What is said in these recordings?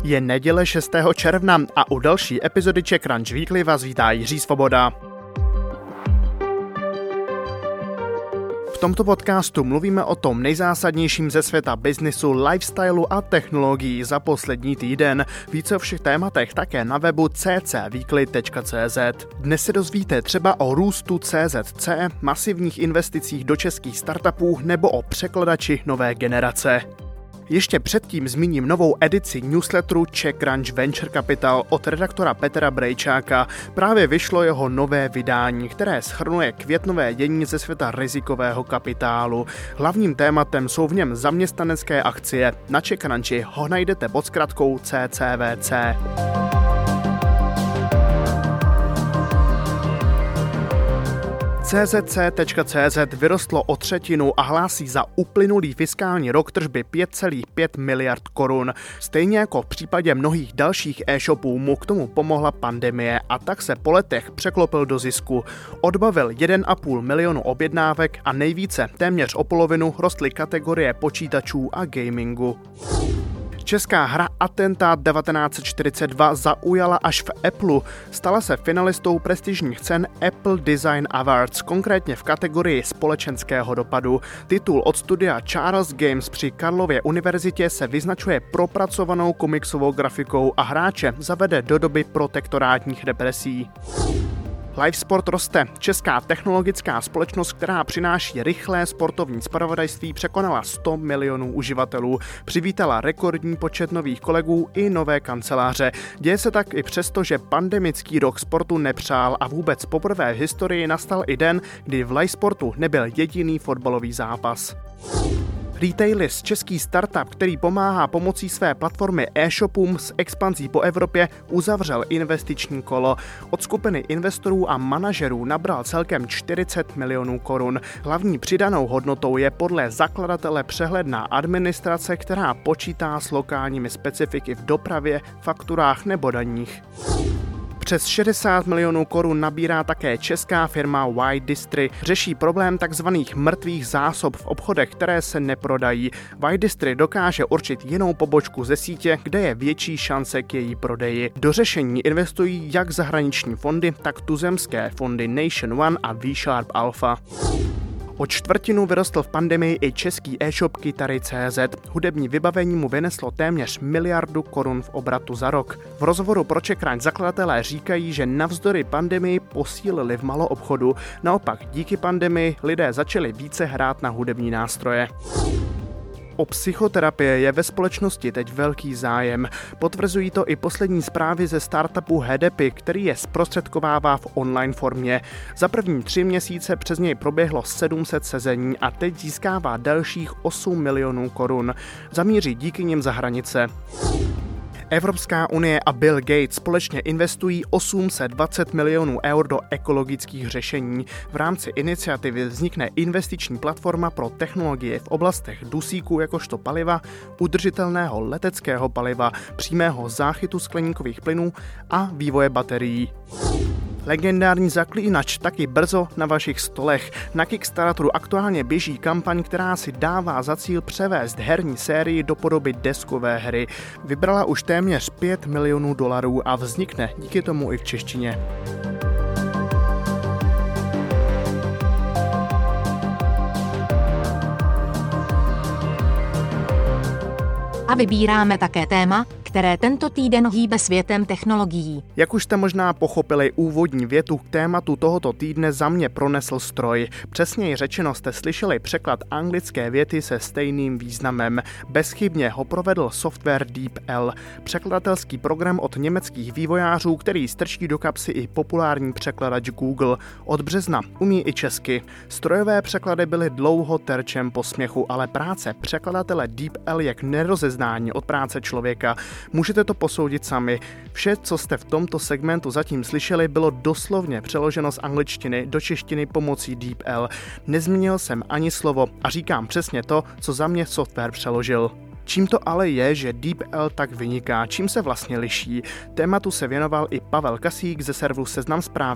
Je neděle 6. června a u další epizody CzechCrunch Weekly vás vítá Jiří Svoboda. V tomto podcastu mluvíme o tom nejzásadnějším ze světa biznisu, lifestylu a technologií za poslední týden. Více o všech tématech také na webu ccweekly.cz. Dnes se dozvíte třeba o růstu CZC, masivních investicích do českých startupů nebo o překladači nové generace. Ještě předtím zmíním novou edici newsletteru CzechCrunch Venture Capital od redaktora Petra Brejčáka. Právě vyšlo jeho nové vydání, které shrnuje květnové dění ze světa rizikového kapitálu. Hlavním tématem jsou v něm zaměstnanecké akcie. Na CzechCrunchi ho najdete pod zkratkou CCVC. CZC.cz vyrostlo o třetinu a hlásí za uplynulý fiskální rok tržby 5,5 miliard korun. Stejně jako v případě mnohých dalších e-shopů mu k tomu pomohla pandemie a tak se po letech překlopil do zisku. Odbavil 1,5 milionu objednávek a nejvíce, téměř o polovinu, rostly kategorie počítačů a gamingu. Česká hra Atentát 1942 zaujala až v Apple. Stala se finalistou prestižních cen Apple Design Awards, konkrétně v kategorii společenského dopadu. Titul od studia Charles Games při Karlově univerzitě se vyznačuje propracovanou komiksovou grafikou a hráče zavede do doby protektorátních represí. Livesport roste. Česká technologická společnost, která přináší rychlé sportovní zpravodajství, překonala 100 milionů uživatelů. Přivítala rekordní počet nových kolegů i nové kanceláře. Děje se tak i přesto, že pandemický rok sportu nepřál a vůbec poprvé v historii nastal i den, kdy v Livesportu nebyl jediný fotbalový zápas. Retailis, český startup, který pomáhá pomocí své platformy e-shopům s expanzí po Evropě, uzavřel investiční kolo. Od skupiny investorů a manažerů nabral celkem 40 milionů korun. Hlavní přidanou hodnotou je podle zakladatele přehledná administrace, která počítá s lokálními specifiky v dopravě, fakturách nebo daních. Přes 60 milionů korun nabírá také česká firma Y-Distry. Řeší problém takzvaných mrtvých zásob v obchodech, které se neprodají. Y-Distry dokáže určit jinou pobočku ze sítě, kde je větší šance k její prodeji. Do řešení investují jak zahraniční fondy, tak tuzemské fondy Nation One a V-Sharp Alpha. O čtvrtinu vyrostl v pandemii i český e-shop Kytary.cz. Hudební vybavení mu vyneslo téměř 1 miliardu korun v obratu za rok. V rozhovoru pro CzechCrunch zakladatelé říkají, že navzdory pandemii posílili v maloobchodu. Naopak díky pandemii lidé začali více hrát na hudební nástroje. O psychoterapie je ve společnosti teď velký zájem. Potvrzují to i poslední zprávy ze startupu Hedepy, který je zprostředkovává v online formě. Za první 3 měsíce přes něj proběhlo 700 sezení a teď získává dalších 8 milionů korun. Zamíří díky nim za hranice. Evropská unie a Bill Gates společně investují 820 milionů eur do ekologických řešení. V rámci iniciativy vznikne investiční platforma pro technologie v oblastech dusíku jakožto paliva, udržitelného leteckého paliva, přímého záchytu skleníkových plynů a vývoje baterií. Legendární Zaklínač taky brzo na vašich stolech. Na Kickstarteru aktuálně běží kampaň, která si dává za cíl převést herní sérii do podoby deskové hry. Vybrala už téměř 5 milionů dolarů a vznikne díky tomu i v češtině. A vybíráme také téma, které tento týden hýbe světem technologií. Jak už jste možná pochopili, úvodní větu k tématu tohoto týdne za mě pronesl stroj. Přesněji řečeno jste slyšeli překlad anglické věty se stejným významem. Bezchybně ho provedl software DeepL, překladatelský program od německých vývojářů, který strčí do kapsy i populární překladač Google. Od března umí i česky. Strojové překlady byly dlouho terčem posměchu, ale práce překladatele DeepL je k nerozeznání od práce člověka. Můžete to posoudit sami. Vše, co jste v tomto segmentu zatím slyšeli, bylo doslovně přeloženo z angličtiny do češtiny pomocí DeepL. Nezměnil jsem ani slovo a říkám přesně to, co za mě software přeložil. Čím to ale je, že DeepL tak vyniká? Čím se vlastně liší? Tématu se věnoval i Pavel Kasík ze serveru Seznam Zprávy.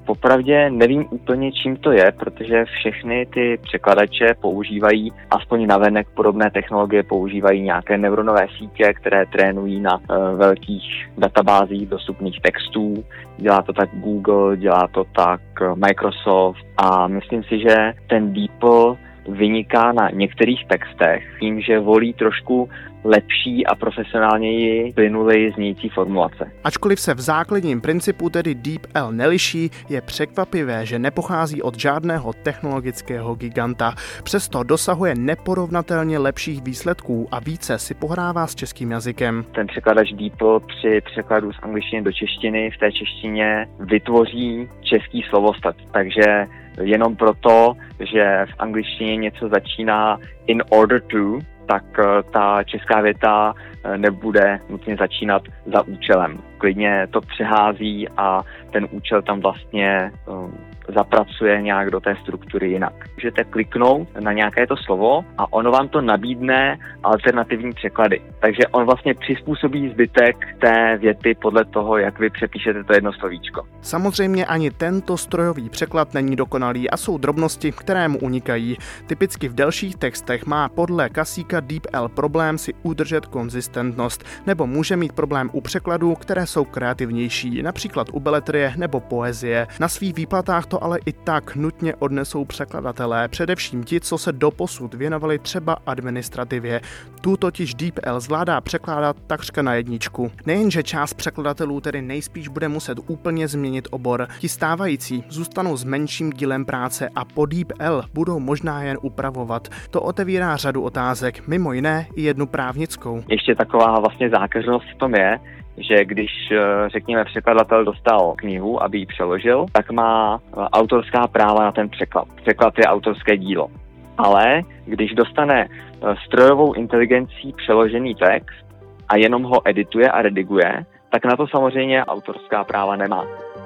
Popravdě nevím úplně, čím to je, protože všechny ty překladače používají, aspoň navenek podobné technologie, používají nějaké neuronové sítě, které trénují na velkých databázích dostupných textů. Dělá to tak Google, dělá to tak Microsoft a myslím si, že ten DeepL vyniká na některých textech tím, že volí trošku lepší a profesionálněji plynuleji znějící formulace. Ačkoliv se v základním principu tedy DeepL neliší, je překvapivé, že nepochází od žádného technologického giganta. Přesto dosahuje neporovnatelně lepších výsledků a více si pohrává s českým jazykem. Ten překladač DeepL při překladu z angličtiny do češtiny v té češtině vytvoří český slovostat. Takže jenom proto, že v angličtině něco začíná in order to, tak ta česká věta nebude nutně začínat za účelem. Klidně to přehází a ten účel tam vlastně zapracuje nějak do té struktury jinak. Můžete kliknout na nějaké to slovo a ono vám to nabídne alternativní překlady. Takže on vlastně přizpůsobí zbytek té věty podle toho, jak vy přepíšete to jedno slovíčko. Samozřejmě ani tento strojový překlad není dokonalý a jsou drobnosti, které mu unikají. Typicky v delších textech má podle Kasíka DeepL problém si udržet konzistentnost, nebo může mít problém u překladů, které jsou kreativnější, například u beletrie nebo poezie. Na svých výplatách to ale i tak nutně odnesou překladatelé, především ti, co se doposud věnovali třeba administrativě. Tu totiž DeepL zvládá překládat takřka na jedničku. Nejenže část překladatelů tedy nejspíš bude muset úplně změnit obor, ti stávající zůstanou s menším dílem práce a po DeepL budou možná jen upravovat. To otevírá řadu otázek, mimo jiné i jednu právnickou. Ještě taková vlastně zákeřnost v tom je, že když, řekněme, překladatel dostal knihu, aby ji přeložil, tak má autorská práva na ten překlad. Překlad je autorské dílo. Ale když dostane strojovou inteligencí přeložený text a jenom ho edituje a rediguje, tak na to samozřejmě autorská práva nemá.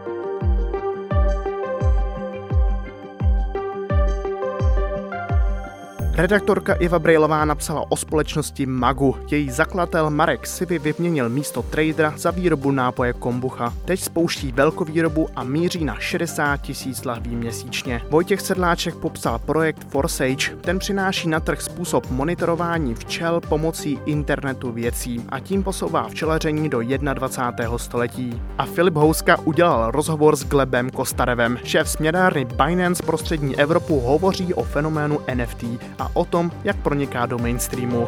Redaktorka Iva Brejlová napsala o společnosti Magu. Její zakladatel Marek Sivy vyměnil místo tradera za výrobu nápoje kombucha. Teď spouští velkovýrobu a míří na 60 000 lahví měsíčně. Vojtěch Sedláček popsal projekt Forsage. Ten přináší na trh způsob monitorování včel pomocí internetu věcí a tím posouvá včelaření do 21. století. A Filip Houska udělal rozhovor s Glebem Kostarevem. Šéf směnárny Binance pro střední Evropu hovoří o fenoménu NFT a o tom, jak proniká do mainstreamu.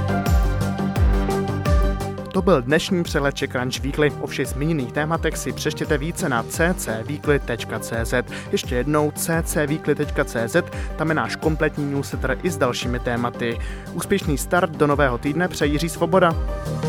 To byl dnešní přehled Czech Crunch Weekly. O všech zmíněných tématech si přečtěte více na ccweekly.cz. Ještě jednou ccweekly.cz, tam je náš kompletní newsletter i s dalšími tématy. Úspěšný start do nového týdne přeje Jiří Svoboda.